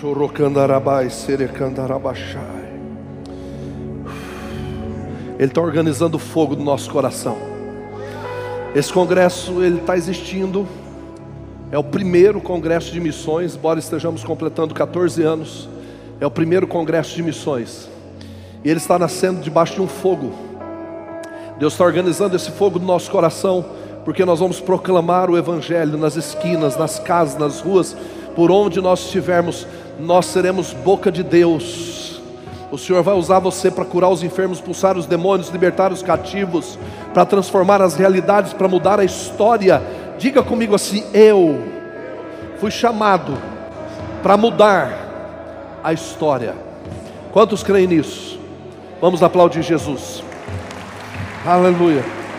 Chorocandarabai, serecandarabachai. Ele está organizando o fogo do nosso coração. Esse congresso, ele está existindo. É o primeiro congresso de missões, embora estejamos completando 14 anos. É o primeiro congresso de missões. E ele está nascendo debaixo de um fogo. Deus está organizando esse fogo do nosso coração, porque nós vamos proclamar o Evangelho nas esquinas, nas casas, nas ruas. Por onde nós estivermos, nós seremos boca de Deus. O Senhor vai usar você para curar os enfermos, expulsar os demônios, libertar os cativos, para transformar as realidades, para mudar a história. Diga comigo assim: eu fui chamado para mudar a história. Quantos creem nisso? Vamos aplaudir Jesus. Aleluia.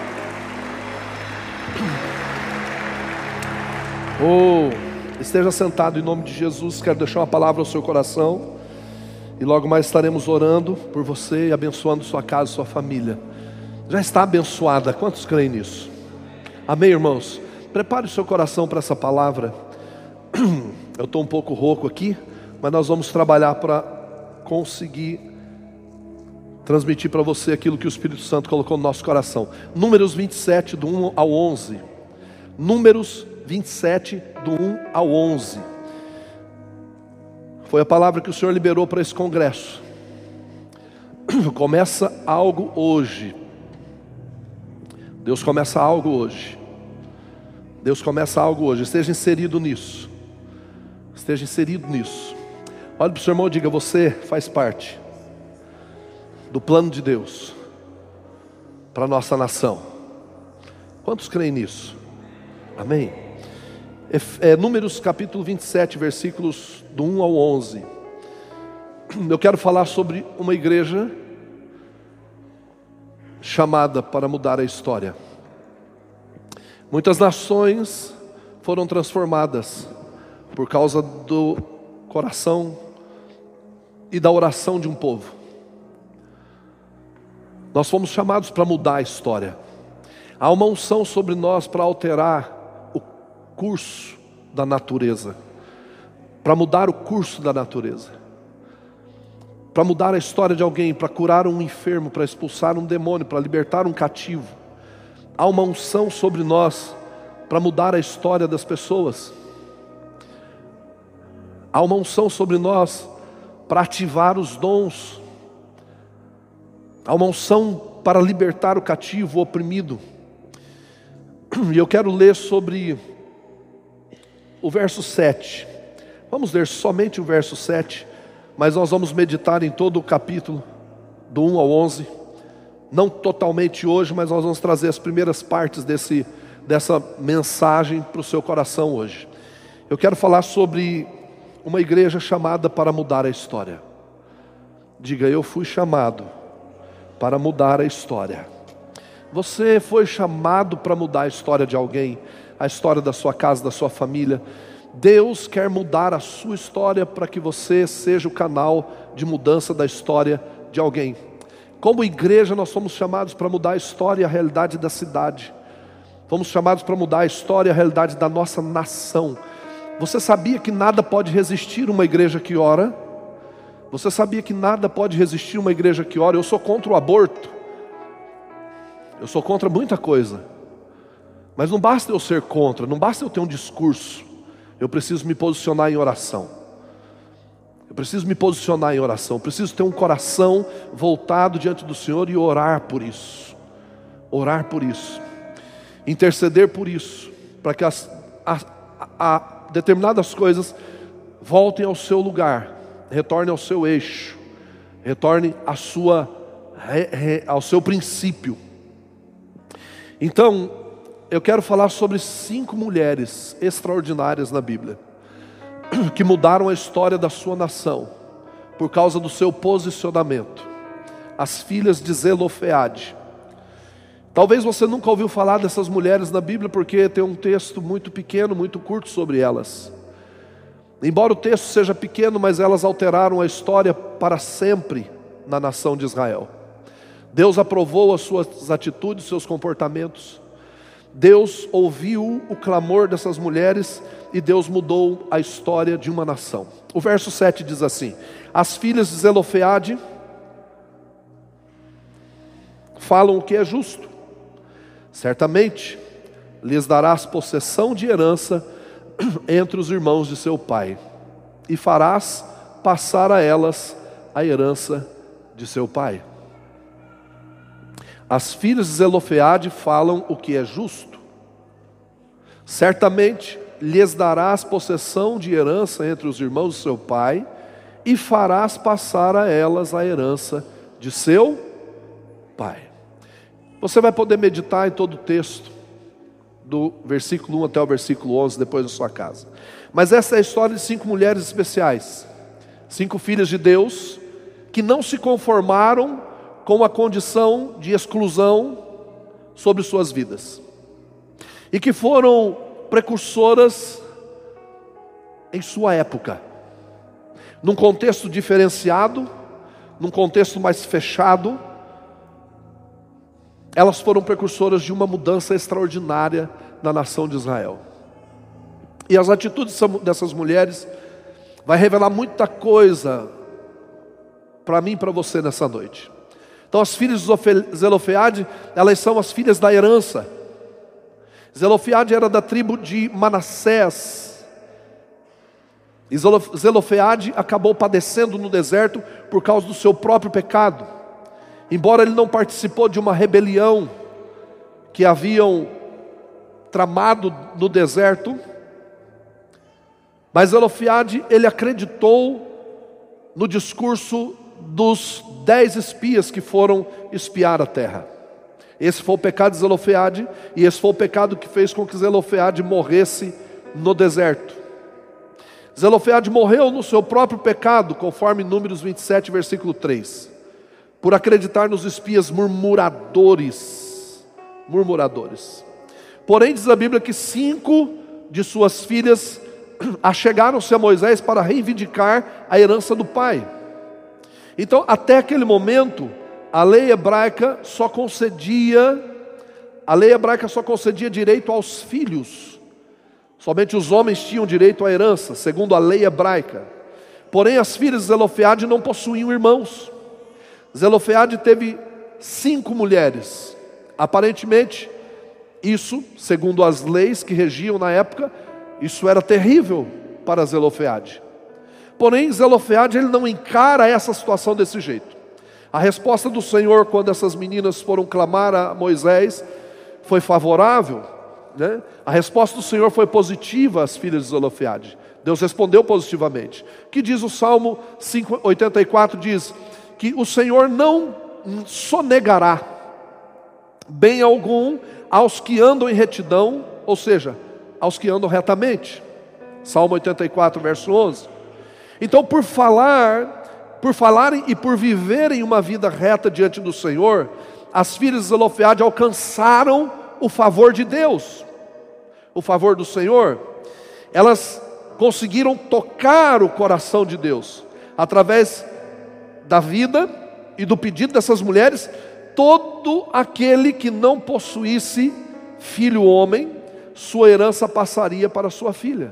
Esteja sentado em nome de Jesus. Quero deixar uma palavra ao seu coração. E logo mais estaremos orando por você e abençoando sua casa e sua família. Já está abençoada. Quantos creem nisso? Amém, irmãos? Prepare o seu coração para essa palavra. Eu estou um pouco rouco aqui, mas nós vamos trabalhar para conseguir transmitir para você aquilo que o Espírito Santo colocou no nosso coração. Números 27, do 1 ao 11. Números 27, do 1 ao 11. Foi a palavra que o Senhor liberou para esse congresso. Começa algo hoje. Deus começa algo hoje. Deus começa algo hoje. Esteja inserido nisso. Esteja inserido nisso. Olhe para o seu irmão e diga: você faz parte do plano de Deus para a nossa nação. Quantos creem nisso? Amém? Números capítulo 27, versículos do 1 ao 11. Eu quero falar sobre uma igreja chamada para mudar a história. Muitas nações foram transformadas por causa do coração e da oração de um povo. Nós fomos chamados para mudar a história. Há uma unção sobre nós para alterar o curso da natureza, para mudar o curso da natureza, para mudar a história de alguém, para curar um enfermo, para expulsar um demônio, para libertar um cativo. Há uma unção sobre nós para mudar a história das pessoas. Há uma unção sobre nós para ativar os dons. Há uma unção para libertar o cativo, o oprimido. E eu quero ler sobre o verso 7. Vamos ler somente o verso 7, mas nós vamos meditar em todo o capítulo, do 1 ao 11. Não totalmente hoje, mas nós vamos trazer as primeiras partes dessa mensagem para o seu coração hoje. Eu quero falar sobre uma igreja chamada para mudar a história. Diga: eu fui chamado para mudar a história. Você foi chamado para mudar a história de alguém, a história da sua casa, da sua família. Deus quer mudar a sua história para que você seja o canal de mudança da história de alguém. Como igreja, nós somos chamados para mudar a história e a realidade da cidade. Fomos chamados para mudar a história e a realidade da nossa nação. Você sabia que nada pode resistir uma igreja que ora? Você sabia que nada pode resistir uma igreja que ora? Eu sou contra o aborto. Eu sou contra muita coisa. Mas não basta eu ser contra, não basta eu ter um discurso. Eu preciso me posicionar em oração. Eu preciso me posicionar em oração. Eu preciso ter um coração voltado diante do Senhor e orar por isso. Orar por isso. Interceder por isso. Para que determinadas coisas voltem ao seu lugar. Retorne ao seu eixo. Retorne ao seu princípio. Então, eu quero falar sobre 5 mulheres extraordinárias na Bíblia, que mudaram a história da sua nação, por causa do seu posicionamento. As filhas de Zelofeade. Talvez você nunca ouviu falar dessas mulheres na Bíblia, porque tem um texto muito pequeno, muito curto sobre elas. Embora o texto seja pequeno, mas elas alteraram a história para sempre na nação de Israel. Deus aprovou as suas atitudes, seus comportamentos. Deus ouviu o clamor dessas mulheres e Deus mudou a história de uma nação. O verso 7 diz assim: as filhas de Zelofeade falam o que é justo. Certamente lhes darás possessão de herança entre os irmãos de seu pai, e farás passar a elas a herança de seu pai. As filhas de Zelofeade falam o que é justo. Certamente lhes darás possessão de herança entre os irmãos de seu pai, e farás passar a elas a herança de seu pai. Você vai poder meditar em todo o texto, do versículo 1 até o versículo 11, depois na sua casa. Mas essa é a história de 5 mulheres especiais, 5 filhas de Deus, que não se conformaram com a condição de exclusão sobre suas vidas, e que foram precursoras em sua época, num contexto diferenciado, num contexto mais fechado. Elas foram precursoras de uma mudança extraordinária na nação de Israel. E as atitudes dessas mulheres vai revelar muita coisa para mim e para você nessa noite. Então as filhas de Zelofeade, elas são as filhas da herança. Zelofeade era da tribo de Manassés. E Zelofeade acabou padecendo no deserto por causa do seu próprio pecado. Embora ele não participou de uma rebelião que haviam tramado no deserto, mas Zelofeade, ele acreditou no discurso dos 10 espias que foram espiar a terra. Esse foi o pecado de Zelofeade, e esse foi o pecado que fez com que Zelofeade morresse no deserto. Zelofeade morreu no seu próprio pecado, conforme Números 27, versículo 3. Por acreditar nos espias murmuradores. Porém, diz a Bíblia que 5 de suas filhas achegaram-se a Moisés para reivindicar a herança do pai. Então, até aquele momento, a lei hebraica só concedia direito aos filhos. Somente os homens tinham direito à herança, segundo a lei hebraica. Porém, as filhas de Zelofeade não possuíam irmãos. Zelofeade teve 5 mulheres. Aparentemente, isso, segundo as leis que regiam na época, isso era terrível para Zelofeade. Porém, Zelofeade, ele não encara essa situação desse jeito. A resposta do Senhor, quando essas meninas foram clamar a Moisés, foi favorável, né? A resposta do Senhor foi positiva às filhas de Zelofeade. Deus respondeu positivamente. O que diz o Salmo 84, diz que o Senhor não sonegará bem algum aos que andam em retidão, ou seja, aos que andam retamente. Salmo 84, verso 11. Então, por falarem e por viverem uma vida reta diante do Senhor, as filhas de Zelofeade alcançaram o favor de Deus, o favor do Senhor. Elas conseguiram tocar o coração de Deus, através da vida e do pedido dessas mulheres. Todo aquele que não possuísse filho homem, sua herança passaria para sua filha.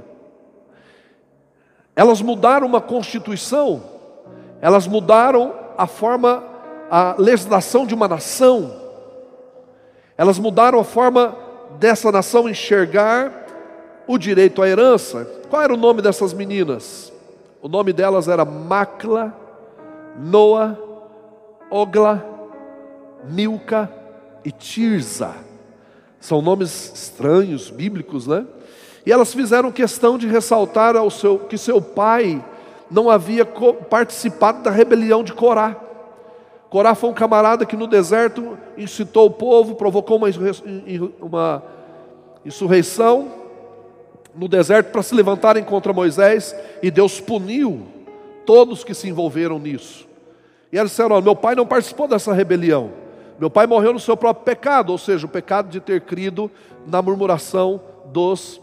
Elas mudaram uma constituição, elas mudaram a legislação de uma nação, elas mudaram a forma dessa nação enxergar o direito à herança. Qual era o nome dessas meninas? O nome delas era Macla, Noa, Ogla, Milca e Tirza. São nomes estranhos, bíblicos, né? E elas fizeram questão de ressaltar que seu pai não havia participado da rebelião de Corá. Corá foi um camarada que no deserto incitou o povo, provocou uma insurreição no deserto para se levantarem contra Moisés, e Deus puniu todos que se envolveram nisso. E eles disseram: meu pai não participou dessa rebelião, meu pai morreu no seu próprio pecado, ou seja, o pecado de ter crido na murmuração dos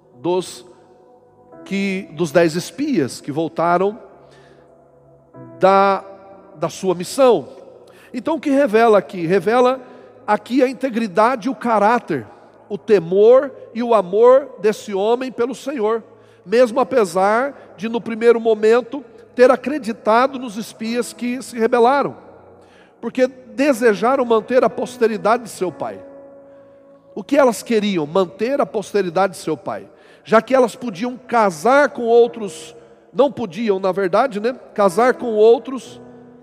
10 espias que voltaram da sua missão. Então o que revela aqui? Revela aqui a integridade e o caráter o temor e o amor desse homem pelo Senhor, mesmo apesar de, no primeiro momento, ter acreditado nos espias que se rebelaram, porque desejaram manter a posteridade de seu pai. O que elas queriam? Manter a posteridade de seu pai, já que elas podiam casar com outros, não podiam, na verdade, né? Casar com outros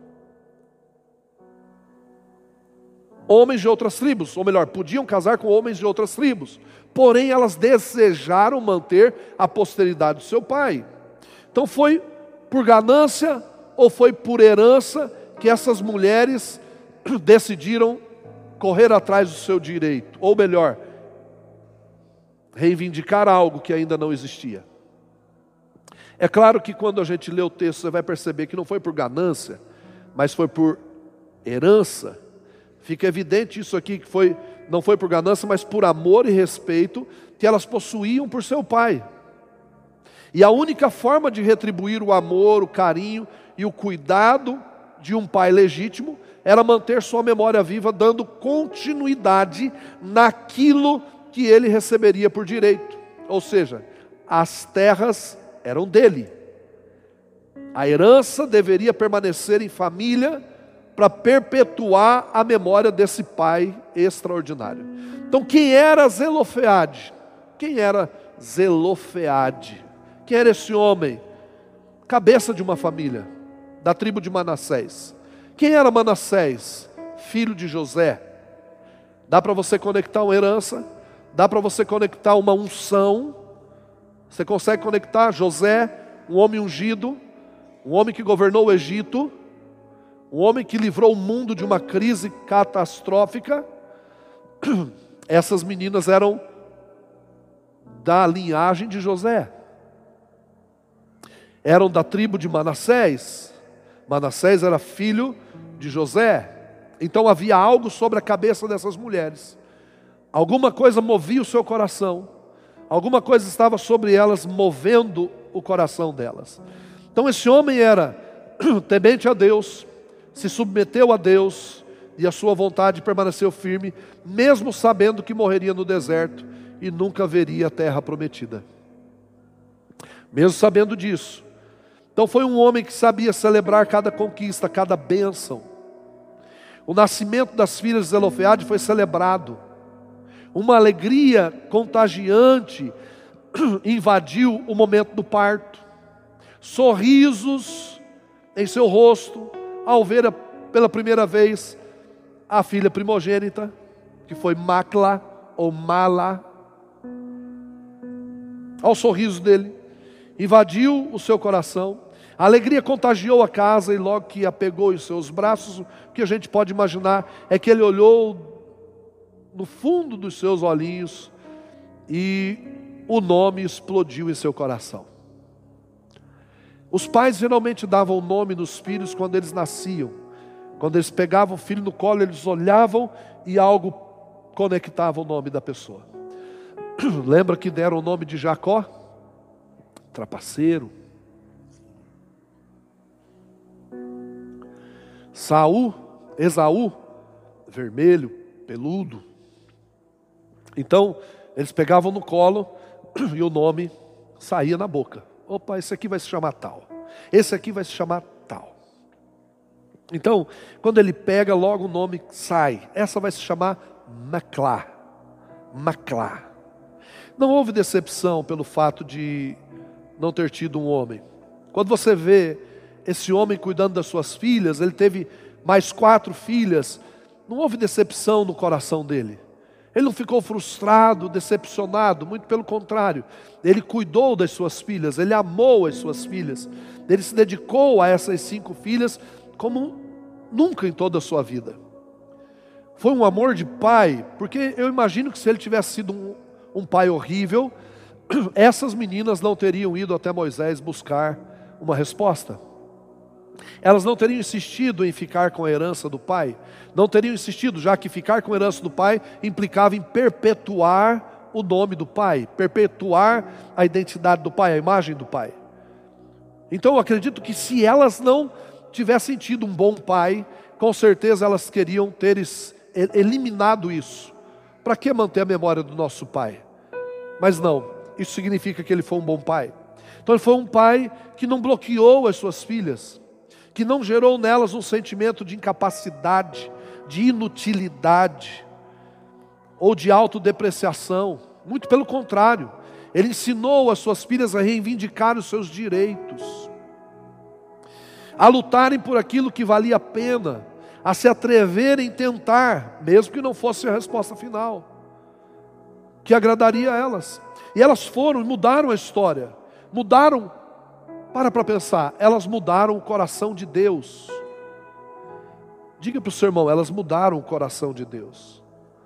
homens de outras tribos, ou melhor, podiam casar com homens de outras tribos, porém elas desejaram manter a posteridade do seu pai. Então foi por ganância ou foi por herança que essas mulheres decidiram correr atrás do seu direito, ou melhor, reivindicar algo que ainda não existia. É claro que quando a gente lê o texto, você vai perceber que não foi por ganância, mas foi por herança. Fica evidente isso aqui, que não foi por ganância, mas por amor e respeito que elas possuíam por seu pai. E a única forma de retribuir o amor, o carinho e o cuidado de um pai legítimo era manter sua memória viva, dando continuidade naquilo que ele receberia por direito. Ou seja, as terras eram dele. A herança deveria permanecer em família para perpetuar a memória desse pai extraordinário. Então, quem era Zelofeade? Quem era Zelofeade? Quem era esse homem? Cabeça de uma família, da tribo de Manassés. Quem era Manassés? Filho de José. Dá para você conectar uma herança, dá para você conectar uma unção. Você consegue conectar José, um homem ungido, um homem que governou o Egito, um homem que livrou o mundo de uma crise catastrófica. Essas meninas eram da linhagem de José, eram da tribo de Manassés. Manassés era filho de José. Então havia algo sobre a cabeça dessas mulheres. Alguma coisa movia o seu coração, alguma coisa estava sobre elas, movendo o coração delas. Então esse homem era temente a Deus, se submeteu a Deus, e a sua vontade permaneceu firme, mesmo sabendo que morreria no deserto e nunca veria a terra prometida. Mesmo sabendo disso. Então foi um homem que sabia celebrar cada conquista, cada bênção. O nascimento das filhas de Zelofeade foi celebrado. Uma alegria contagiante invadiu o momento do parto. Sorrisos em seu rosto ao ver pela primeira vez a filha primogênita, que foi Macla ou Mala. Ao sorriso dele, invadiu o seu coração. A alegria contagiou a casa, e logo que a pegou em seus braços, o que a gente pode imaginar é que ele olhou no fundo dos seus olhinhos e o nome explodiu em seu coração. Os pais geralmente davam o nome nos filhos quando eles nasciam. Quando eles pegavam o filho no colo, eles olhavam e algo conectava o nome da pessoa. Lembra que deram o nome de Jacó? Trapaceiro. Esaú, vermelho, peludo. Então, eles pegavam no colo e o nome saía na boca. Opa, esse aqui vai se chamar tal. Esse aqui vai se chamar tal. Então, quando ele pega, logo o nome sai. Essa vai se chamar Maclá. Maclá. Não houve decepção pelo fato de não ter tido um homem. Quando você vê esse homem cuidando das suas filhas, ele teve mais 4 filhas, não houve decepção no coração dele. Ele não ficou frustrado, decepcionado, muito pelo contrário. Ele cuidou das suas filhas, ele amou as suas filhas. Ele se dedicou a essas 5 filhas como nunca em toda a sua vida. Foi um amor de pai, porque eu imagino que se ele tivesse sido um pai horrível, essas meninas não teriam ido até Moisés buscar uma resposta. Elas não teriam insistido em ficar com a herança do pai. Não teriam insistido, já que ficar com a herança do pai implicava em perpetuar o nome do pai, perpetuar a identidade do pai, a imagem do pai. Então eu acredito que se elas não tivessem tido um bom pai, com certeza elas queriam ter eliminado isso para que manter a memória do nosso pai? Mas não, isso significa que ele foi um bom pai. Então ele foi um pai que não bloqueou as suas filhas, que não gerou nelas um sentimento de incapacidade, de inutilidade, ou de autodepreciação. Muito pelo contrário, ele ensinou as suas filhas a reivindicar os seus direitos, a lutarem por aquilo que valia a pena, a se atreverem em tentar, mesmo que não fosse a resposta final, que agradaria a elas. E elas foram e mudaram a história. Mudaram, para pensar, elas mudaram o coração de Deus. Diga para o seu irmão, elas mudaram o coração de Deus.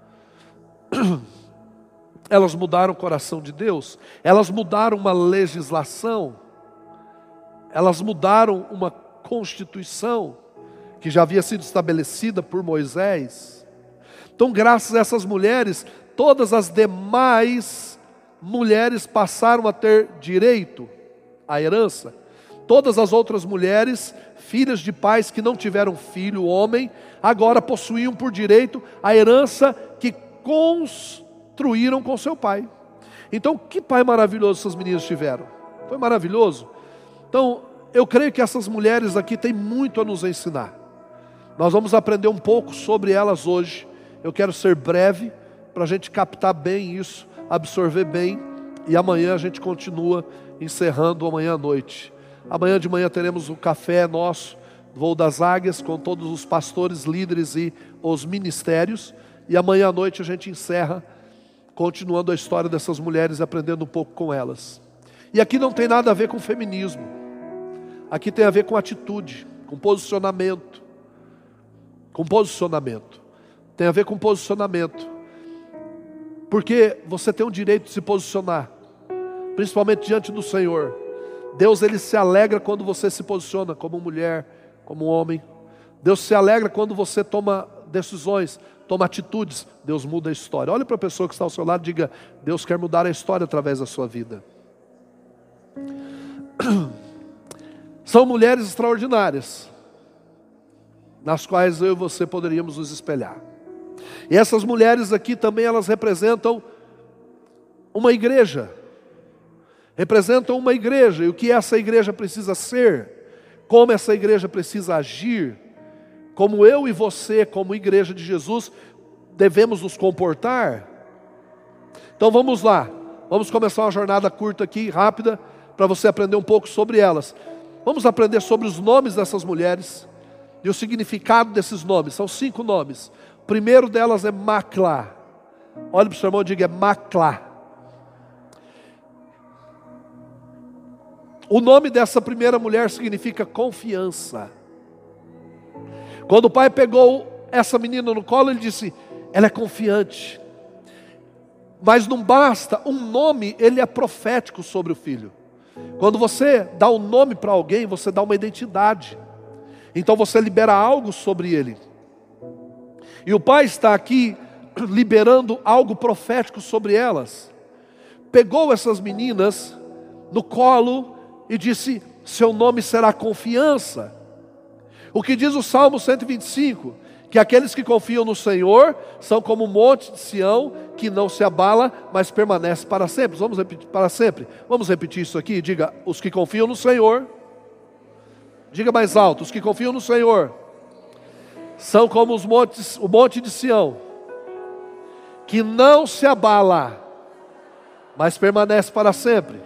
Elas mudaram o coração de Deus. Elas mudaram uma legislação. Elas mudaram uma constituição que já havia sido estabelecida por Moisés. Então, graças a essas mulheres, todas as demais mulheres passaram a ter direito à herança. Todas as outras mulheres, filhas de pais que não tiveram filho, homem, agora possuíam por direito a herança que construíram com seu pai. Então, que pai maravilhoso essas meninas tiveram. Foi maravilhoso. Então, eu creio que essas mulheres aqui têm muito a nos ensinar. Nós vamos aprender um pouco sobre elas hoje. Eu quero ser breve, para a gente captar bem isso, absorver bem, e amanhã a gente continua encerrando amanhã à noite. Amanhã de manhã teremos o café nosso, Voo das Águias, com todos os pastores, líderes e os ministérios, e amanhã à noite a gente encerra, continuando a história dessas mulheres e aprendendo um pouco com elas. E aqui não tem nada a ver com feminismo, aqui tem a ver com atitude, com posicionamento. Com posicionamento. Tem a ver com posicionamento. Porque você tem o direito de se posicionar, principalmente diante do Senhor. Deus, ele se alegra quando você se posiciona como mulher, como homem. Deus se alegra quando você toma decisões, toma atitudes. Deus muda a história. Olha para a pessoa que está ao seu lado e diga: Deus quer mudar a história através da sua vida. São mulheres extraordinárias, nas quais eu e você poderíamos nos espelhar. E essas mulheres aqui também, elas representam uma igreja. Representam uma igreja. E o que essa igreja precisa ser, como essa igreja precisa agir, como eu e você, como igreja de Jesus, devemos nos comportar. Então vamos lá. Vamos começar uma jornada curta aqui, rápida, para você aprender um pouco sobre elas. Vamos aprender sobre os nomes dessas mulheres e o significado desses nomes. São 5 nomes. O primeiro delas é Maclá. Olhe para o seu irmão e diga: é Maclá. O nome dessa primeira mulher significa confiança. Quando o pai pegou essa menina no colo, ele disse: ela é confiante. Mas não basta, um nome, ele é profético sobre o filho. Quando você dá um nome para alguém, você dá uma identidade. Então você libera algo sobre ele. E o pai está aqui liberando algo profético sobre elas. Pegou essas meninas no colo e disse: seu nome será confiança. O que diz o Salmo 125? Que aqueles que confiam no Senhor são como um monte de Sião, que não se abala, mas permanece para sempre. Vamos repetir para sempre. Vamos repetir isso aqui. Diga: os que confiam no Senhor. Diga mais alto: os que confiam no Senhor são como o monte de Sião, que não se abala, mas permanece para sempre.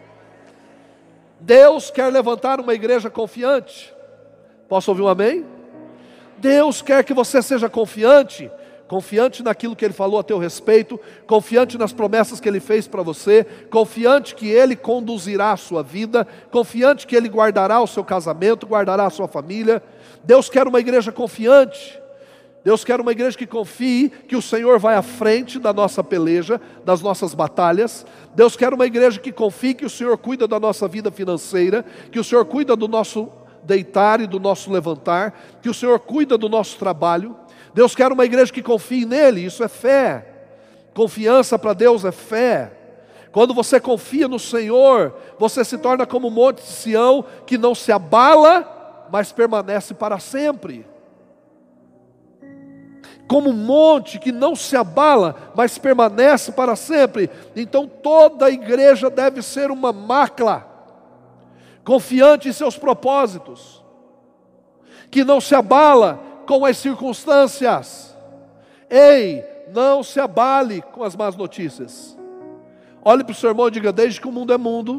Deus quer levantar uma igreja confiante. Posso ouvir um amém? Deus quer que você seja confiante, confiante naquilo que Ele falou a teu respeito, confiante nas promessas que Ele fez para você, confiante que Ele conduzirá a sua vida, confiante que Ele guardará o seu casamento, guardará a sua família. Deus quer uma igreja confiante. Deus quer uma igreja que confie que o Senhor vai à frente da nossa peleja, das nossas batalhas. Deus quer uma igreja que confie que o Senhor cuida da nossa vida financeira, que o Senhor cuida do nosso deitar e do nosso levantar, que o Senhor cuida do nosso trabalho. Deus quer uma igreja que confie nele, isso é fé. Confiança para Deus é fé. Quando você confia no Senhor, você se torna como o monte de Sião, que não se abala, mas permanece para sempre. como um monte que não se abala, mas permanece para sempre. Então toda a igreja deve ser uma Macla, confiante em seus propósitos, que não se abala com as circunstâncias. Ei, não se abale com as más notícias. Olhe para o seu irmão e diga: desde que o mundo é mundo.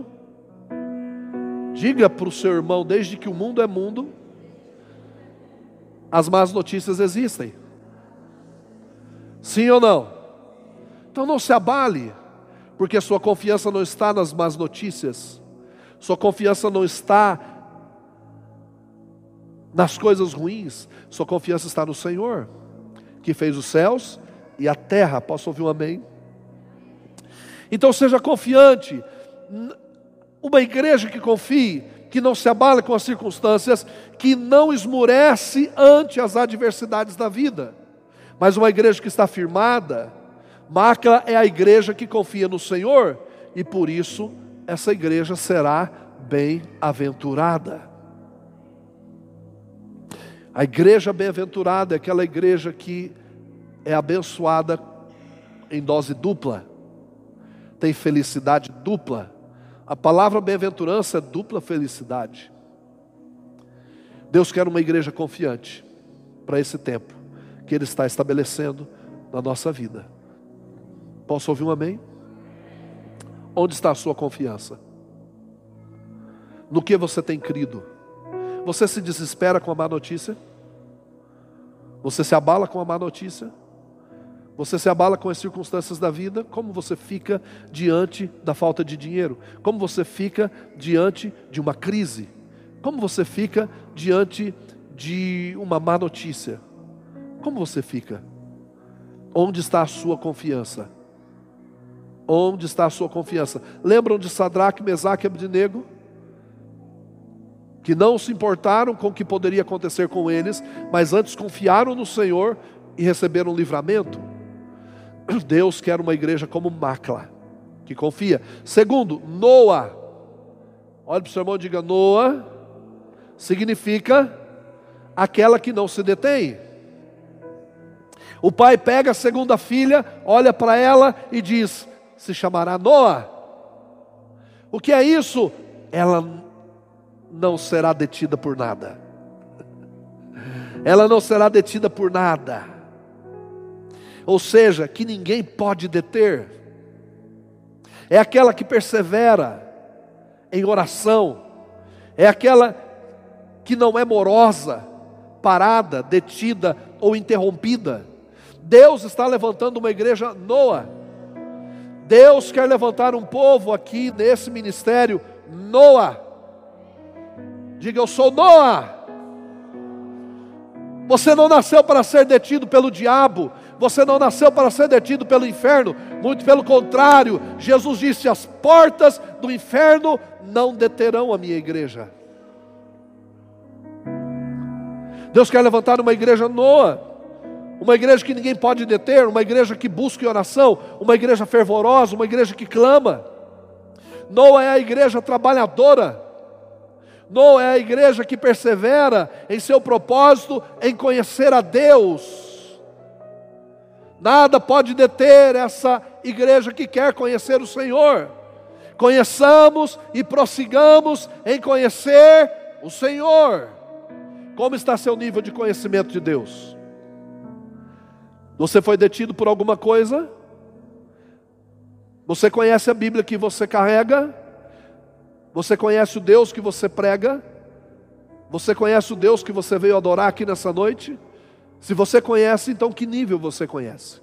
Diga para o seu irmão: desde que o mundo é mundo, as más notícias existem. Sim ou não? Então não se abale, porque sua confiança não está nas más notícias. Sua confiança não está nas coisas ruins. Sua confiança está no Senhor, que fez os céus e a terra. Posso ouvir um amém? Então seja confiante. Uma igreja que confie, que não se abala com as circunstâncias, que não esmurece ante as adversidades da vida, mas uma igreja que está firmada. Macla é a igreja que confia no Senhor, e por isso essa igreja será bem-aventurada. A igreja bem-aventurada é aquela igreja que é abençoada em dose dupla, tem felicidade dupla. A palavra bem-aventurança é dupla felicidade. Deus quer uma igreja confiante para esse tempo que Ele está estabelecendo na nossa vida. Posso ouvir um amém? Onde está a sua confiança? No que você tem crido? Você se desespera com a má notícia? Você se abala com a má notícia? Você se abala com as circunstâncias da vida? Como você fica diante da falta de dinheiro? Como você fica diante de uma crise? Como você fica diante de uma má notícia? Como você fica? Onde está a sua confiança? Onde está a sua confiança? Lembram de Sadraque, Mesaque e Abdenego? Que não se importaram com o que poderia acontecer com eles, mas antes confiaram no Senhor e receberam livramento. Deus quer uma igreja como Macla, que confia. Segundo, Noa. Olha para o seu irmão e diga: Noa significa aquela que não se detém. O pai pega a segunda filha, olha para ela e diz: se chamará Noa. O que é isso? Ela não será detida por nada. Ela não será detida por nada. Ou seja, que ninguém pode deter. É aquela que persevera em oração. É aquela que não é morosa, parada, detida ou interrompida. Deus está levantando uma igreja Noa. Deus quer levantar um povo aqui nesse ministério Noa. Diga: eu sou Noa. Você não nasceu para ser detido pelo diabo. Você não nasceu para ser detido pelo inferno. Muito pelo contrário. Jesus disse: as portas do inferno não deterão a minha igreja. Deus quer levantar uma igreja Noa. Uma igreja que ninguém pode deter. Uma igreja que busca em oração. Uma igreja fervorosa. Uma igreja que clama. Noa é a igreja trabalhadora. Noa é a igreja que persevera em seu propósito em conhecer a Deus. Nada pode deter essa igreja que quer conhecer o Senhor. Conheçamos e prossigamos em conhecer o Senhor. Como está seu nível de conhecimento de Deus? Você foi detido por alguma coisa? Você conhece a Bíblia que você carrega? Você conhece o Deus que você prega? Você conhece o Deus que você veio adorar aqui nessa noite? Se você conhece, então que nível você conhece?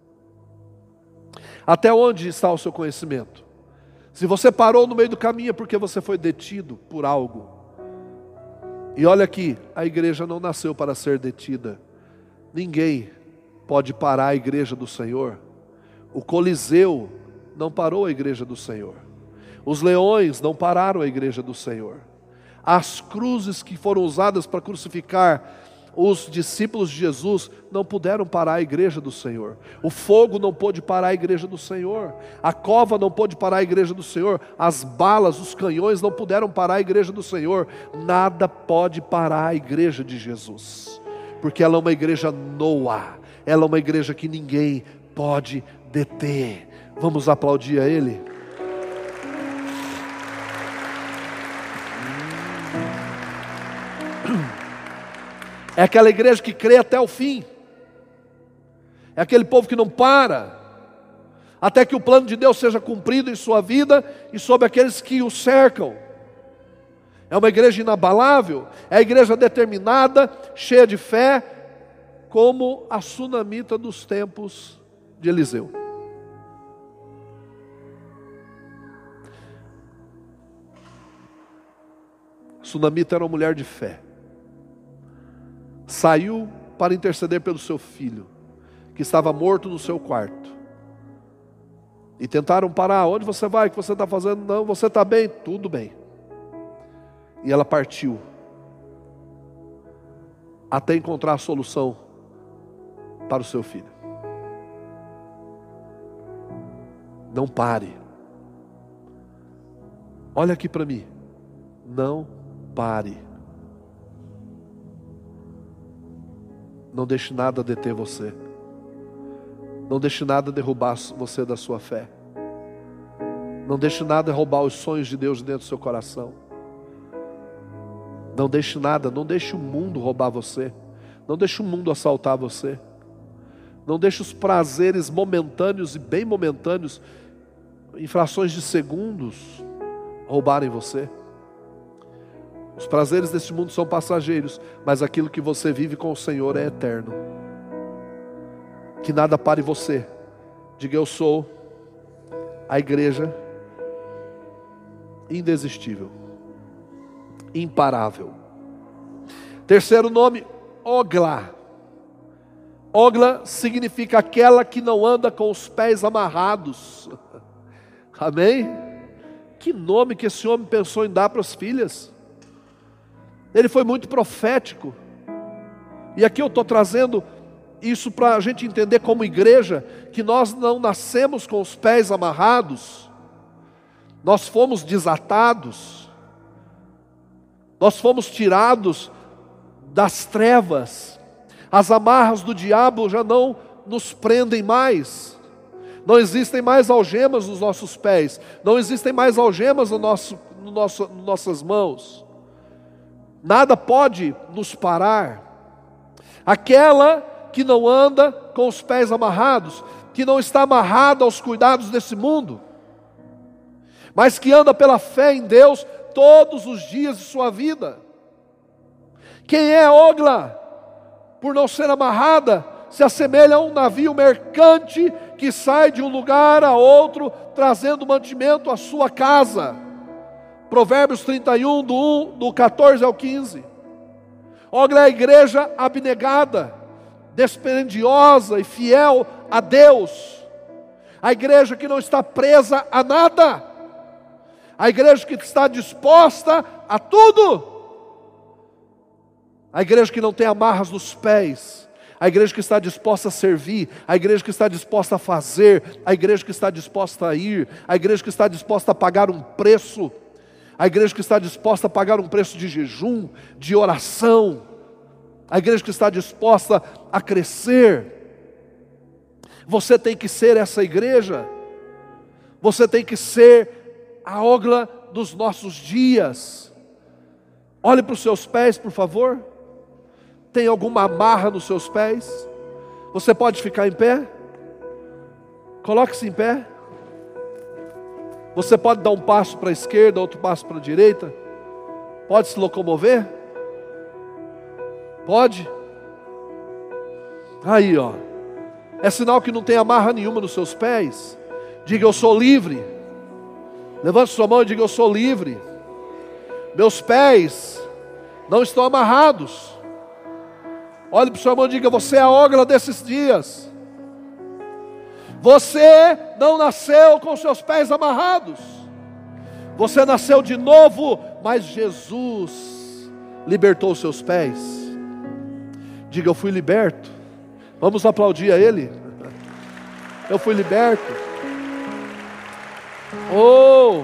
Até onde está o seu conhecimento? Se você parou no meio do caminho é porque você foi detido por algo. E olha aqui, a igreja não nasceu para ser detida. Ninguém pode parar a igreja do Senhor. O Coliseu não parou a igreja do Senhor. Os leões não pararam a igreja do Senhor. As cruzes que foram usadas para crucificar os discípulos de Jesus não puderam parar a igreja do Senhor. O fogo não pôde parar a igreja do Senhor. A cova não pôde parar a igreja do Senhor. As balas, os canhões não puderam parar a igreja do Senhor. Nada pode parar a igreja de Jesus, porque ela é uma igreja Noa. ela é uma igreja que ninguém pode deter. Vamos aplaudir a Ele? É aquela igreja que crê até o fim. É aquele povo que não para, até que o plano de Deus seja cumprido em sua vida e sobre aqueles que o cercam. É uma igreja inabalável, é a igreja determinada, cheia de fé, como a sunamita dos tempos de Eliseu. A sunamita era uma mulher de fé. Saiu para interceder pelo seu filho, que estava morto no seu quarto. E tentaram parar. Onde você vai? O que você está fazendo? Não, você está bem? Tudo bem. E ela partiu, até encontrar a solução para o seu filho. Não pare. Olha aqui para mim. Não pare. Não deixe nada deter você. Não deixe nada derrubar você da sua fé. Não deixe nada roubar os sonhos de Deus dentro do seu coração. Não deixe nada, não deixe o mundo roubar você. Não deixe o mundo assaltar você. Não deixe os prazeres momentâneos e bem momentâneos, em frações de segundos, roubarem você. Os prazeres deste mundo são passageiros, mas aquilo que você vive com o Senhor é eterno. Que nada pare você. Diga: eu sou a igreja indesistível, imparável. Terceiro nome, Ogla. Ogla significa aquela que não anda com os pés amarrados. Amém? Que nome que esse homem pensou em dar para as filhas. Ele foi muito profético. E aqui eu estou trazendo isso para a gente entender como igreja, que nós não nascemos com os pés amarrados. Nós fomos desatados. Nós fomos tirados das trevas. As amarras do diabo já não nos prendem mais. Não existem mais algemas nos nossos pés. Não existem mais algemas nas nossas mãos. Nada pode nos parar. Aquela que não anda com os pés amarrados, que não está amarrada aos cuidados desse mundo, mas que anda pela fé em Deus todos os dias de sua vida. Quem é Ogla? Por não ser amarrada, se assemelha a um navio mercante que sai de um lugar a outro, trazendo mantimento à sua casa. Provérbios 31, do 14 ao 15. Ogla é a igreja abnegada, despendiosa e fiel a Deus. A igreja que não está presa a nada. A igreja que está disposta a tudo. A igreja que não tem amarras nos pés. A igreja que está disposta a servir. A igreja que está disposta a fazer. A igreja que está disposta a ir. A igreja que está disposta a pagar um preço. A igreja que está disposta a pagar um preço de jejum, de oração. A igreja que está disposta a crescer. Você tem que ser essa igreja. Você tem que ser a Ogla dos nossos dias. Olhe para os seus pés, por favor. Tem alguma amarra nos seus pés? Você pode ficar em pé? Coloque-se em pé. Você pode dar um passo para a esquerda, outro passo para a direita? Pode se locomover? Pode? Aí, ó. É sinal que não tem amarra nenhuma nos seus pés. Diga: eu sou livre. Levante sua mão e diga: eu sou livre. Meus pés não estão amarrados. Olhe para sua mão e diga: você é a Ogla desses dias. Você não nasceu com seus pés amarrados. Você nasceu de novo, mas Jesus libertou os seus pés. Diga: eu fui liberto. Vamos aplaudir a Ele. Eu fui liberto. Oh!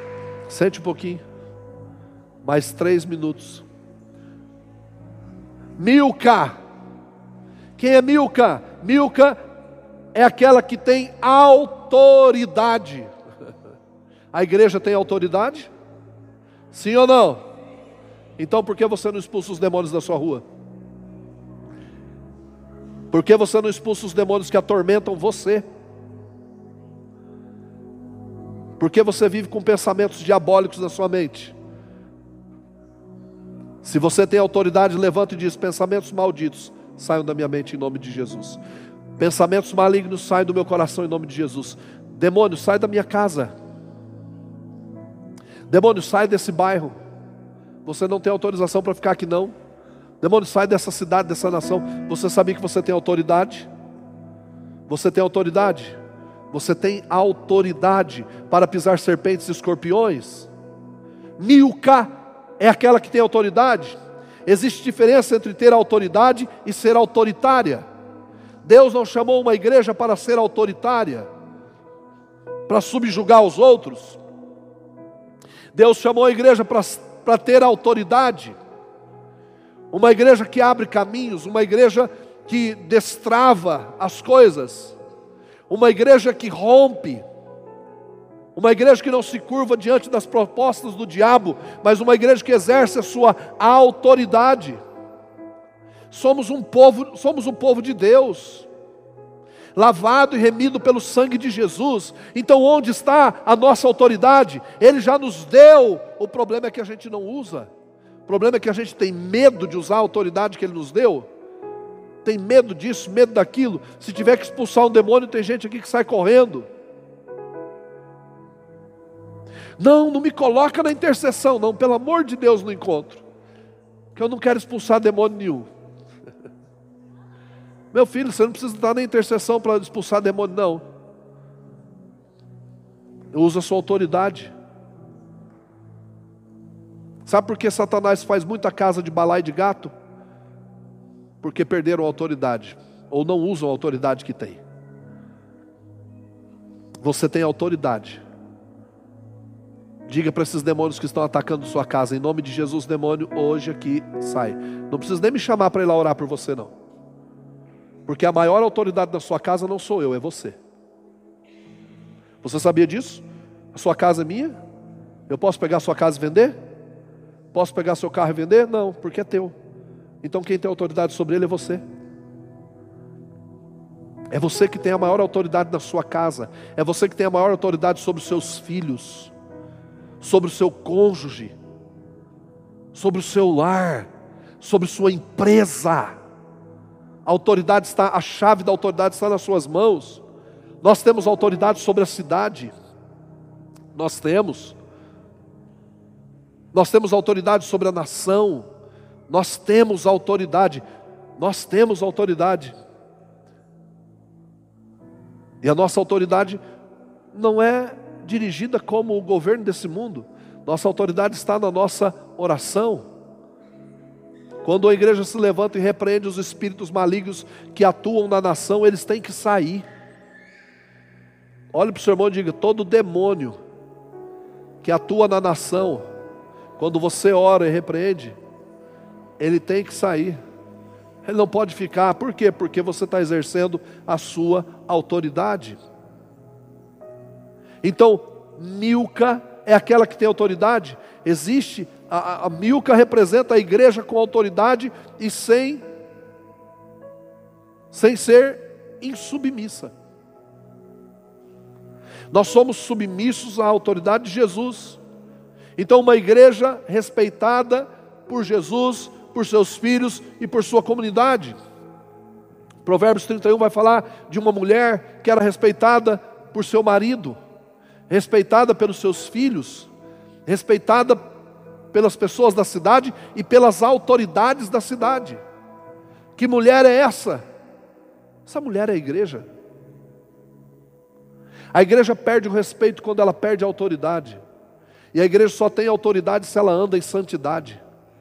Sente um pouquinho. Mais 3 minutos. Milca. Quem é Milca? Milca é aquela que tem autoridade. A igreja tem autoridade? Sim ou não? Então por que você não expulsa os demônios da sua rua? Por que você não expulsa os demônios que atormentam você? Por que você vive com pensamentos diabólicos na sua mente? Se você tem autoridade, levanta e diz: pensamentos malditos, saiam da minha mente em nome de Jesus. Pensamentos malignos, saiam do meu coração em nome de Jesus. Demônio, sai da minha casa. Demônio, sai desse bairro. Você não tem autorização para ficar aqui não. Demônio, sai dessa cidade, dessa nação. Você sabia que você tem autoridade? Você tem autoridade? Você tem autoridade para pisar serpentes e escorpiões? Milca é aquela que tem autoridade. Existe diferença entre ter autoridade e ser autoritária. Deus não chamou uma igreja para ser autoritária, para subjugar os outros. Deus chamou a igreja para ter autoridade. Uma igreja que abre caminhos, uma igreja que destrava as coisas, uma igreja que rompe, uma igreja que não se curva diante das propostas do diabo, mas uma igreja que exerce a sua autoridade. Somos um povo de Deus, lavado e remido pelo sangue de Jesus. Então onde está a nossa autoridade? Ele já nos deu. O problema é que a gente não usa. O problema é que a gente tem medo de usar a autoridade que Ele nos deu. Tem medo disso, medo daquilo. Se tiver que expulsar um demônio, tem gente aqui que sai correndo. Não me coloca na intercessão, não, pelo amor de Deus, no encontro, que eu não quero expulsar demônio nenhum. Meu filho, você não precisa estar na intercessão para expulsar demônio, não. Usa a sua autoridade. Sabe por que Satanás faz muita casa de balaio de gato? Porque perderam a autoridade, ou não usam a autoridade que tem. Você tem autoridade. Diga para esses demônios que estão atacando sua casa: em nome de Jesus, demônio, hoje aqui sai. Não precisa nem me chamar para ir lá orar por você, não. Porque a maior autoridade da sua casa não sou eu, é você. Você sabia disso? A sua casa é minha? Eu posso pegar a sua casa e vender? Posso pegar seu carro e vender? Não, porque é teu. Então quem tem autoridade sobre ele é você. É você que tem a maior autoridade na sua casa. É você que tem a maior autoridade sobre os seus filhos, sobre o seu cônjuge, sobre o seu lar, sobre sua empresa. A chave da autoridade está nas suas mãos. Nós temos autoridade sobre a cidade. Nós temos autoridade sobre a nação. Nós temos autoridade. E a nossa autoridade não é dirigida como o governo desse mundo. Nossa autoridade está na nossa oração. Quando a igreja se levanta e repreende os espíritos malignos que atuam na nação, eles têm que sair. Olhe para o seu irmão e diga: todo demônio que atua na nação, quando você ora e repreende, ele tem que sair. Ele não pode ficar. Por quê? Porque você está exercendo a sua autoridade. Então, Milca é aquela que tem autoridade. Existe, a Milca representa a igreja com autoridade e sem ser insubmissa. Nós somos submissos à autoridade de Jesus. Então uma igreja respeitada por Jesus, por seus filhos e por sua comunidade. Provérbios 31 vai falar de uma mulher que era respeitada por seu marido, respeitada pelos seus filhos, respeitada pelas pessoas da cidade e pelas autoridades da cidade. Que mulher é essa? Essa mulher é a igreja. A igreja perde o respeito quando ela perde a autoridade. E a igreja só tem autoridade se ela anda em santidade.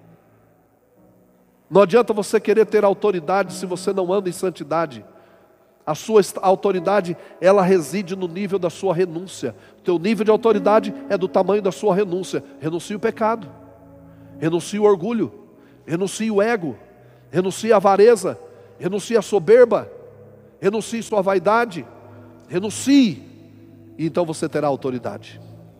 Não adianta você querer ter autoridade se você não anda em santidade. A sua autoridade, ela reside no nível da sua renúncia. O teu nível de autoridade é do tamanho da sua renúncia. Renuncie o pecado, renuncie o orgulho, renuncie o ego, Renuncie à avareza, renuncie à soberba, renuncie à sua vaidade, renuncie, e então você terá autoridade.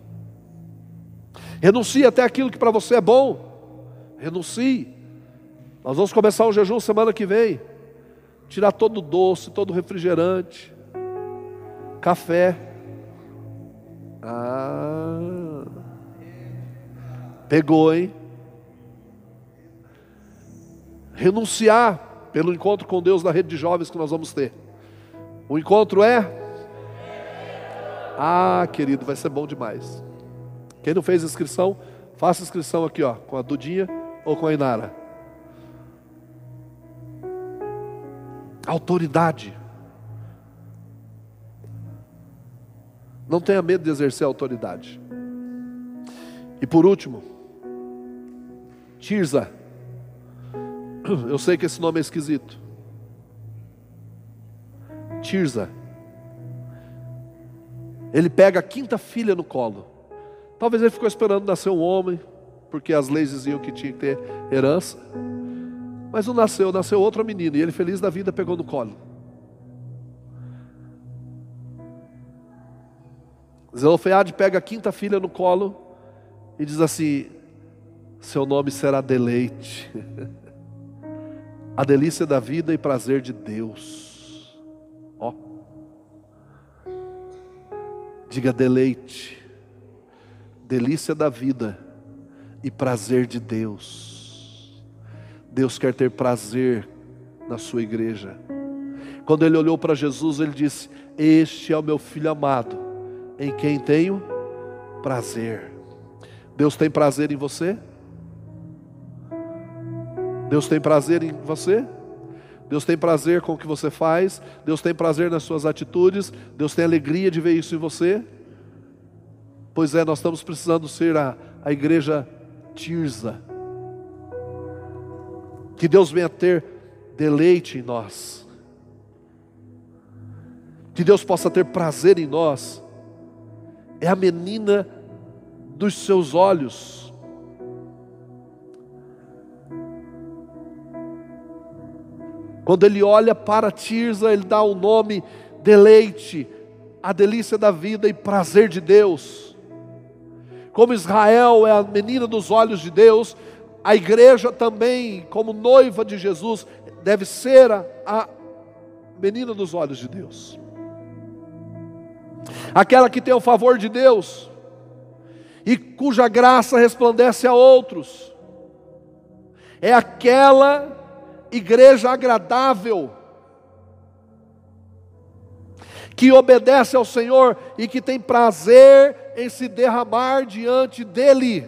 Renuncie até aquilo que para você é bom, renuncie. Nós vamos começar um jejum semana que vem, tirar todo o doce, todo o refrigerante, café. Pegou, hein? Renunciar pelo encontro com Deus na rede de jovens que nós vamos ter. O encontro é? Querido, vai ser bom demais. Quem não fez inscrição, faça inscrição aqui, ó, com a Dudinha ou com a Inara. Autoridade. Não tenha medo de exercer a autoridade. E por último, Tirza. Eu sei que esse nome é esquisito. Tirza. Ele pega a quinta filha no colo. Talvez ele ficou esperando nascer um homem, porque as leis diziam que tinha que ter herança. Mas não nasceu, nasceu outra menina. E ele, feliz da vida, pegou no colo. Zelofeade pega a quinta filha no colo e diz assim: seu nome será Deleite. A delícia da vida e prazer de Deus. Ó. Diga deleite. Delícia da vida e prazer de Deus. Deus quer ter prazer na sua igreja. Quando ele olhou para Jesus, ele disse: este é o meu filho amado, em quem tenho prazer. Deus tem prazer em você? Deus tem prazer em você? Deus tem prazer com o que você faz? Deus tem prazer nas suas atitudes? Deus tem alegria de ver isso em você? Pois é, nós estamos precisando ser a igreja Tirza. Que Deus venha ter deleite em nós. Que Deus possa ter prazer em nós. É a menina dos seus olhos. Quando ele olha para Tirza, ele dá o nome deleite, a delícia da vida e prazer de Deus. Como Israel é a menina dos olhos de Deus, a igreja também, como noiva de Jesus, deve ser a menina dos olhos de Deus. Aquela que tem o favor de Deus e cuja graça resplandece a outros. É aquela igreja agradável, que obedece ao Senhor e que tem prazer em se derramar diante dEle.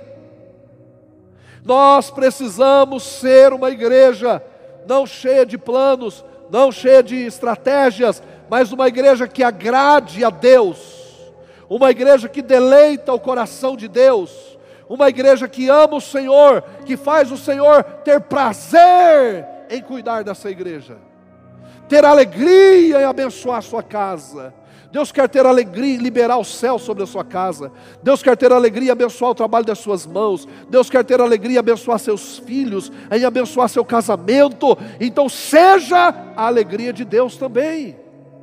Nós precisamos ser uma igreja não cheia de planos, não cheia de estratégias, mas uma igreja que agrade a Deus, uma igreja que deleita o coração de Deus, uma igreja que ama o Senhor, que faz o Senhor ter prazer em cuidar dessa igreja, ter alegria em abençoar a sua casa. Deus quer ter alegria em liberar o céu sobre a sua casa. Deus quer ter alegria em abençoar o trabalho das suas mãos. Deus quer ter alegria em abençoar seus filhos, em abençoar seu casamento. Então seja a alegria de Deus também.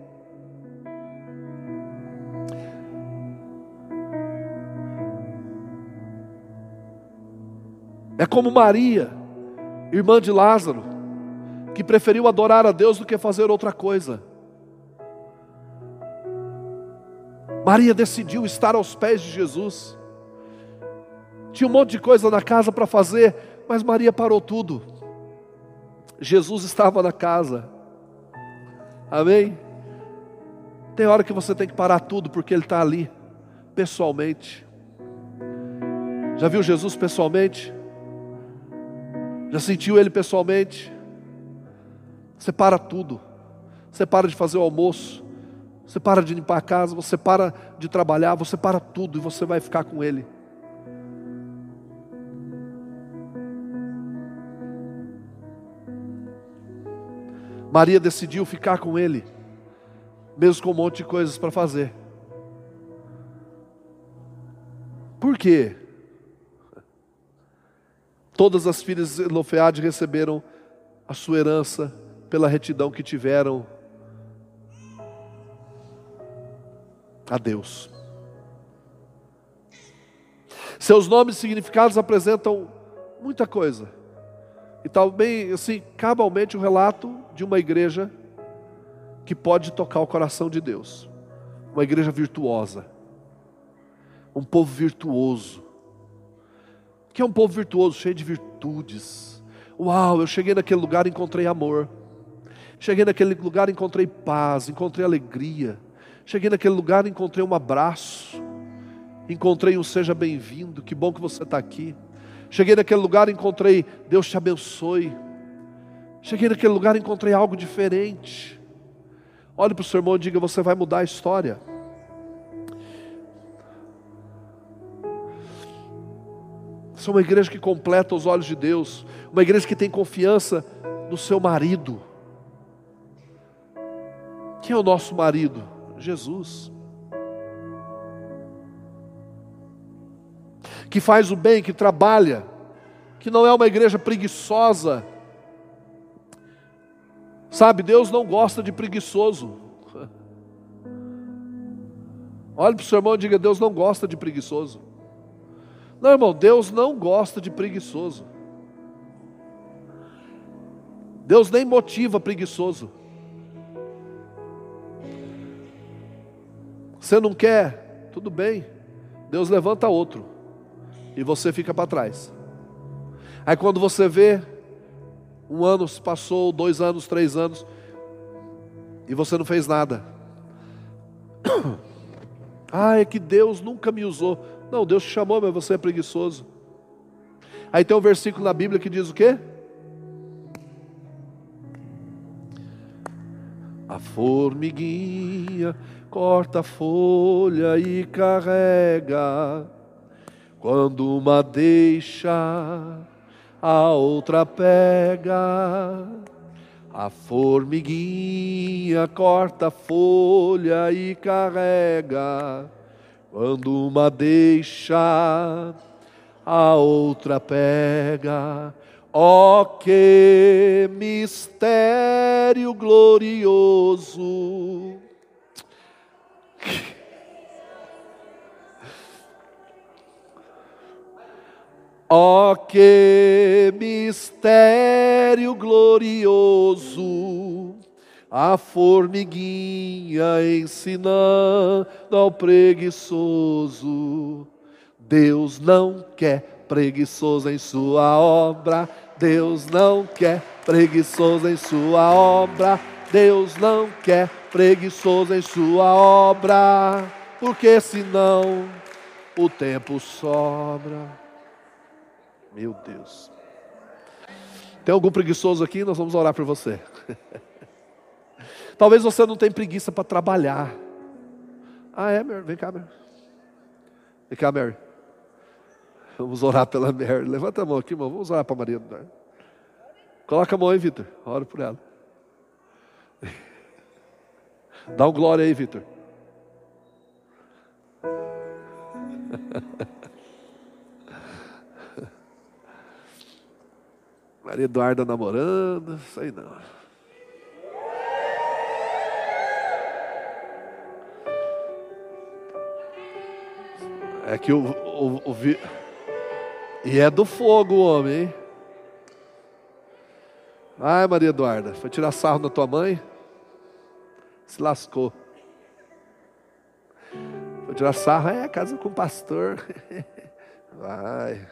É como Maria, irmã de Lázaro, que preferiu adorar a Deus do que fazer outra coisa. Maria decidiu estar aos pés de Jesus. Tinha um monte de coisa na casa para fazer, mas Maria parou tudo. Jesus estava na casa. Amém? Tem hora que você tem que parar tudo, porque Ele está ali, pessoalmente. Já viu Jesus pessoalmente? Já sentiu Ele pessoalmente? Você para tudo. Você para de fazer o almoço. Você para de limpar a casa. Você para de trabalhar. Você para tudo e você vai ficar com Ele. Maria decidiu ficar com Ele, mesmo com um monte de coisas para fazer. Por quê? Todas as filhas de Zelofeade receberam a sua herança pela retidão que tiveram a Deus. Seus nomes e significados apresentam muita coisa. E talvez, assim, cabalmente o relato de uma igreja que pode tocar o coração de Deus. Uma igreja virtuosa. Um povo virtuoso. O que é um povo virtuoso? Cheio de virtudes. Uau, eu cheguei naquele lugar e encontrei amor. Cheguei naquele lugar e encontrei paz, encontrei alegria. Cheguei naquele lugar e encontrei um abraço. Encontrei um seja bem-vindo, que bom que você está aqui. Cheguei naquele lugar e encontrei Deus te abençoe. Cheguei naquele lugar e encontrei algo diferente. Olhe para o seu irmão e diga: você vai mudar a história. Isso é uma igreja que completa os olhos de Deus. Uma igreja que tem confiança no seu marido. Quem é o nosso marido? Jesus. Que faz o bem, que trabalha, que não é uma igreja preguiçosa. Sabe, Deus não gosta de preguiçoso. Olhe para o seu irmão e diga: Deus não gosta de preguiçoso. Não, irmão, Deus não gosta de preguiçoso. Deus nem motiva preguiçoso. Você não quer? Tudo bem. Deus levanta outro. E você fica para trás. Aí quando você vê, 1 ano se passou, 2 anos, 3 anos, e você não fez nada. Ah, é que Deus nunca me usou. Não, Deus te chamou, mas você é preguiçoso. Aí tem um versículo na Bíblia que diz o quê? A formiguinha corta a folha e carrega. Quando uma deixa, a outra pega. A formiguinha corta a folha e carrega. Quando uma deixa, a outra pega. Ó, que mistério glorioso! Ó, que mistério glorioso, a formiguinha ensinando ao preguiçoso. Deus não quer preguiçoso em sua obra. Deus não quer preguiçoso em sua obra. Deus não quer preguiçoso em sua obra, porque senão o tempo sobra. Meu Deus. Tem algum preguiçoso aqui? Nós vamos orar por você. Talvez você não tenha preguiça para trabalhar. Ah, é, Mary? Vem cá, Mary. Vem cá, Mary. Vamos orar pela Mary. Levanta a mão aqui, irmão. Vamos orar para a Maria. Coloca a mão aí, Vitor. Ora por ela. Dá um glória aí, Vitor. Maria Eduarda namorando, isso aí não. É que e é do fogo o homem, hein? Ai, Maria Eduarda, foi tirar sarro na tua mãe? Se lascou. Foi tirar sarro, casa com o pastor. Vai.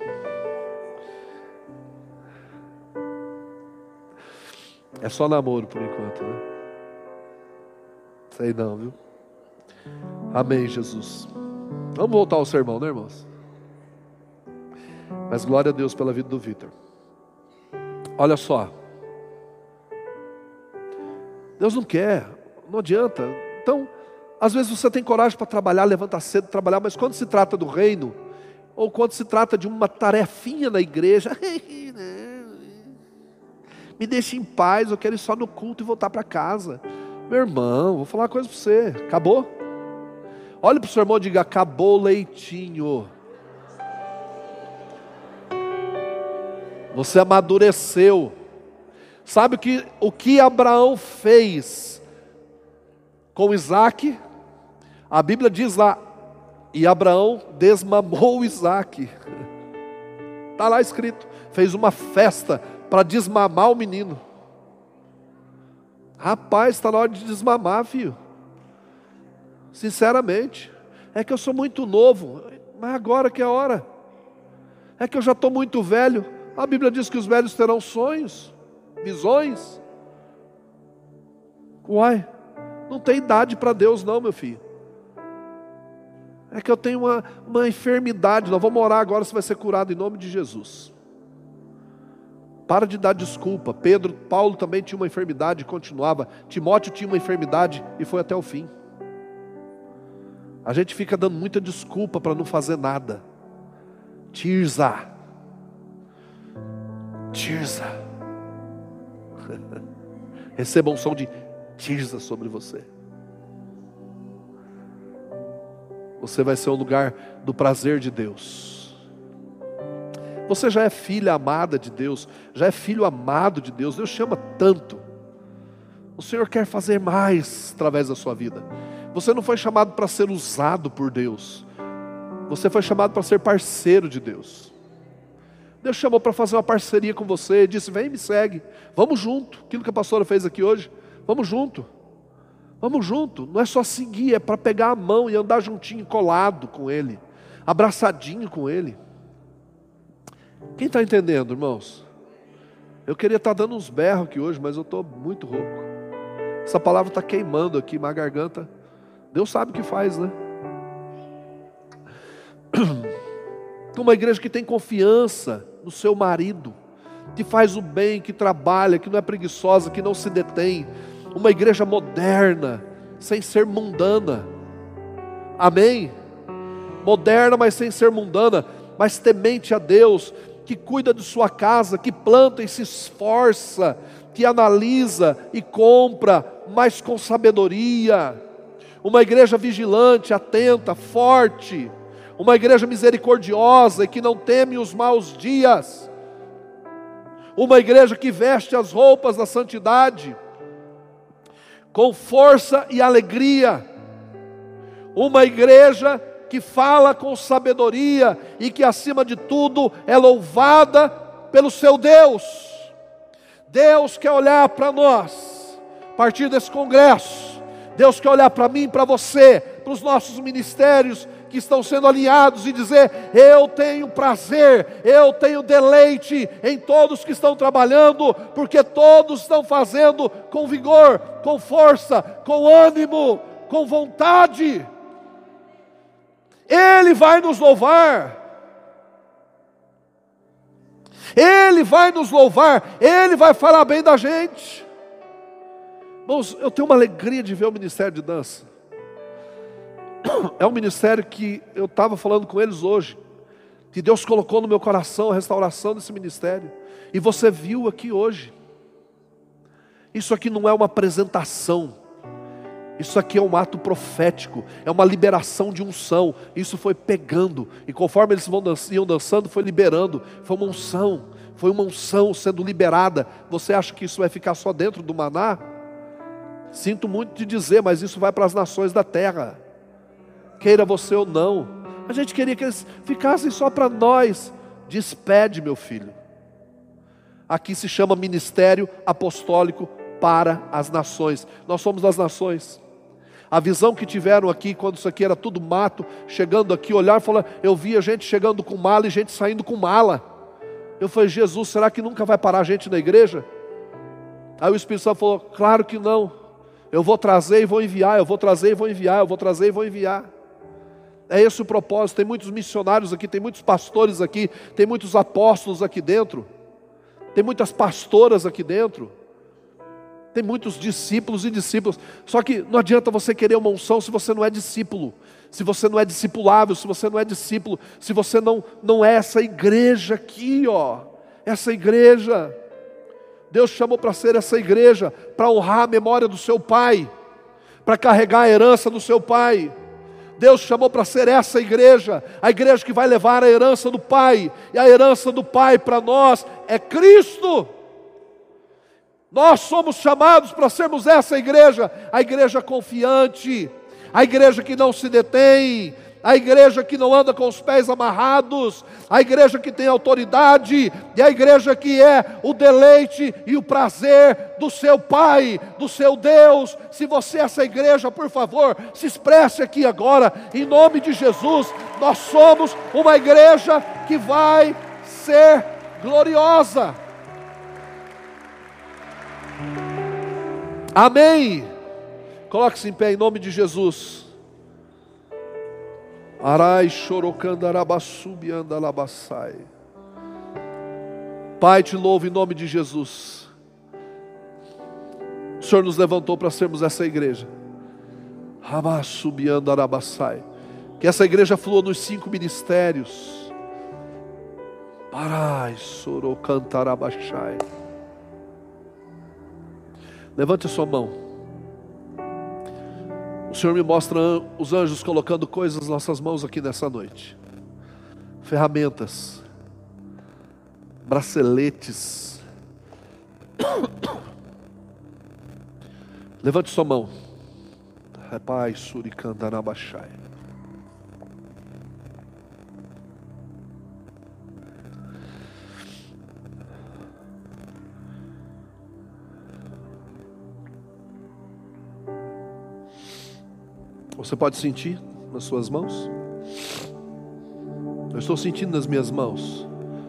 É só namoro por enquanto, né? Sei não, viu? Amém, Jesus. Vamos voltar ao sermão, né, irmãos? Mas glória a Deus pela vida do Vitor. Olha só. Deus não quer, não adianta. Então, às vezes você tem coragem para trabalhar, levantar cedo, trabalhar, mas quando se trata do reino, ou quando se trata de uma tarefinha na igreja, me deixe em paz, eu quero ir só no culto e voltar para casa. Meu irmão, vou falar uma coisa para você. Acabou? Olhe para o seu irmão e diga: acabou o leitinho. Você amadureceu. Sabe o que Abraão fez com Isaque? A Bíblia diz lá, e Abraão desmamou Isaque. Está lá escrito, fez uma festa para desmamar o menino. Rapaz, está na hora de desmamar, filho. Sinceramente, é que eu sou muito novo, mas agora que é a hora. É que eu já estou muito velho. A Bíblia diz que os velhos terão sonhos, visões. Uai, não tem idade para Deus não, meu filho. É que eu tenho uma enfermidade, nós vamos orar agora, você vai ser curado em nome de Jesus. Para de dar desculpa. Paulo também tinha uma enfermidade e continuava. Timóteo tinha uma enfermidade e foi até o fim. A gente fica dando muita desculpa para não fazer nada. Tirza. Receba um som de Tirza sobre você. Você vai ser o lugar do prazer de Deus. Você já é filha amada de Deus, já é filho amado de Deus. Deus chama tanto. O Senhor quer fazer mais através da sua vida. Você não foi chamado para ser usado por Deus. Você foi chamado para ser parceiro de Deus. Deus chamou para fazer uma parceria com você. Disse, vem e me segue. Vamos junto. Aquilo que a pastora fez aqui hoje. Vamos junto. Vamos junto. Não é só seguir, é para pegar a mão e andar juntinho, colado com Ele. Abraçadinho com Ele. Quem está entendendo, irmãos? Eu queria estar dando uns berros aqui hoje, mas eu estou muito rouco. Essa palavra está queimando aqui, minha garganta. Deus sabe o que faz, né? Uma igreja que tem confiança no seu marido, que faz o bem, que trabalha, que não é preguiçosa, que não se detém. Uma igreja moderna, sem ser mundana. Amém? Moderna, mas sem ser mundana, mas temente a Deus, que cuida de sua casa, que planta e se esforça, que analisa e compra, mas com sabedoria. Uma igreja vigilante, atenta, forte. Uma igreja misericordiosa e que não teme os maus dias. Uma igreja que veste as roupas da santidade, com força e alegria. Uma igreja que fala com sabedoria e que acima de tudo é louvada pelo seu Deus. Deus quer olhar para nós, a partir desse congresso. Deus quer olhar para mim, para você, para os nossos ministérios que estão sendo alinhados e dizer, eu tenho prazer, eu tenho deleite em todos que estão trabalhando, porque todos estão fazendo com vigor, com força, com ânimo, com vontade. Ele vai nos louvar. Ele vai nos louvar. Ele vai falar bem da gente. Irmãos, eu tenho uma alegria de ver o ministério de dança. É um ministério que eu estava falando com eles hoje, que Deus colocou no meu coração a restauração desse ministério. E você viu aqui hoje. Isso aqui não é uma apresentação. Isso aqui é um ato profético, é uma liberação de unção. Isso foi pegando, e conforme eles iam dançando, foi liberando. Foi uma unção sendo liberada. Você acha que isso vai ficar só dentro do maná? Sinto muito te dizer, mas isso vai para as nações da terra. Queira você ou não. A gente queria que eles ficassem só para nós. Despede, meu filho. Aqui se chama ministério apostólico para as nações. Nós somos das nações. A visão que tiveram aqui, quando isso aqui era tudo mato, chegando aqui, olhar e falar, eu via gente chegando com mala e gente saindo com mala. Eu falei, Jesus, será que nunca vai parar gente na igreja? Aí o Espírito Santo falou, claro que não. Eu vou trazer e vou enviar, eu vou trazer e vou enviar, eu vou trazer e vou enviar. É esse o propósito. Tem muitos missionários aqui, tem muitos pastores aqui, tem muitos apóstolos aqui dentro, tem muitas pastoras aqui dentro. Tem muitos discípulos e discípulos. Só que não adianta você querer uma unção se você não é discípulo. Se você não é discipulável, se você não é discípulo. Se você não é essa igreja aqui, ó. Essa igreja. Deus chamou para ser essa igreja. Para honrar a memória do seu pai. Para carregar a herança do seu pai. Deus chamou para ser essa igreja. A igreja que vai levar a herança do pai. E a herança do pai para nós é Cristo. Nós somos chamados para sermos essa igreja, a igreja confiante, a igreja que não se detém, a igreja que não anda com os pés amarrados, a igreja que tem autoridade, e a igreja que é o deleite e o prazer do seu Pai, do seu Deus. Se você é essa igreja, por favor, se expresse aqui agora, em nome de Jesus. Nós somos uma igreja que vai ser gloriosa. Amém. Coloque-se em pé em nome de Jesus. Arai chorocandarabassubi andalabassai. Pai, te louvo em nome de Jesus. O Senhor nos levantou para sermos essa igreja. Rabassubi andarabassai. Que essa igreja flua nos 5 ministérios. Arai sorocantarabashai. Levante a sua mão. O Senhor me mostra os anjos colocando coisas nas nossas mãos aqui nessa noite. Ferramentas, braceletes. Levante sua mão. Pai, suricandarabashai. Você pode sentir nas suas mãos? Eu estou sentindo nas minhas mãos.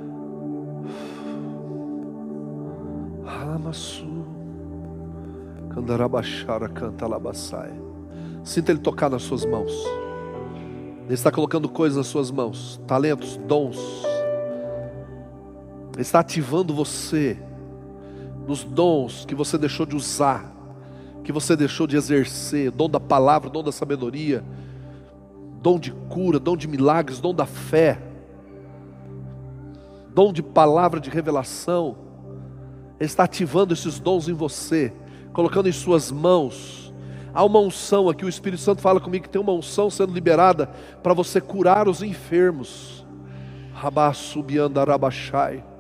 Sinta Ele tocar nas suas mãos. Ele está colocando coisas nas suas mãos, talentos, dons. Ele está ativando você nos dons que você deixou de usar, que você deixou de exercer. Dom da palavra, dom da sabedoria, dom de cura, dom de milagres, dom da fé, dom de palavra de revelação. Ele está ativando esses dons em você, colocando em suas mãos. Há uma unção aqui, o Espírito Santo fala comigo que tem uma unção sendo liberada para você curar os enfermos. Rabassubiandarabashai.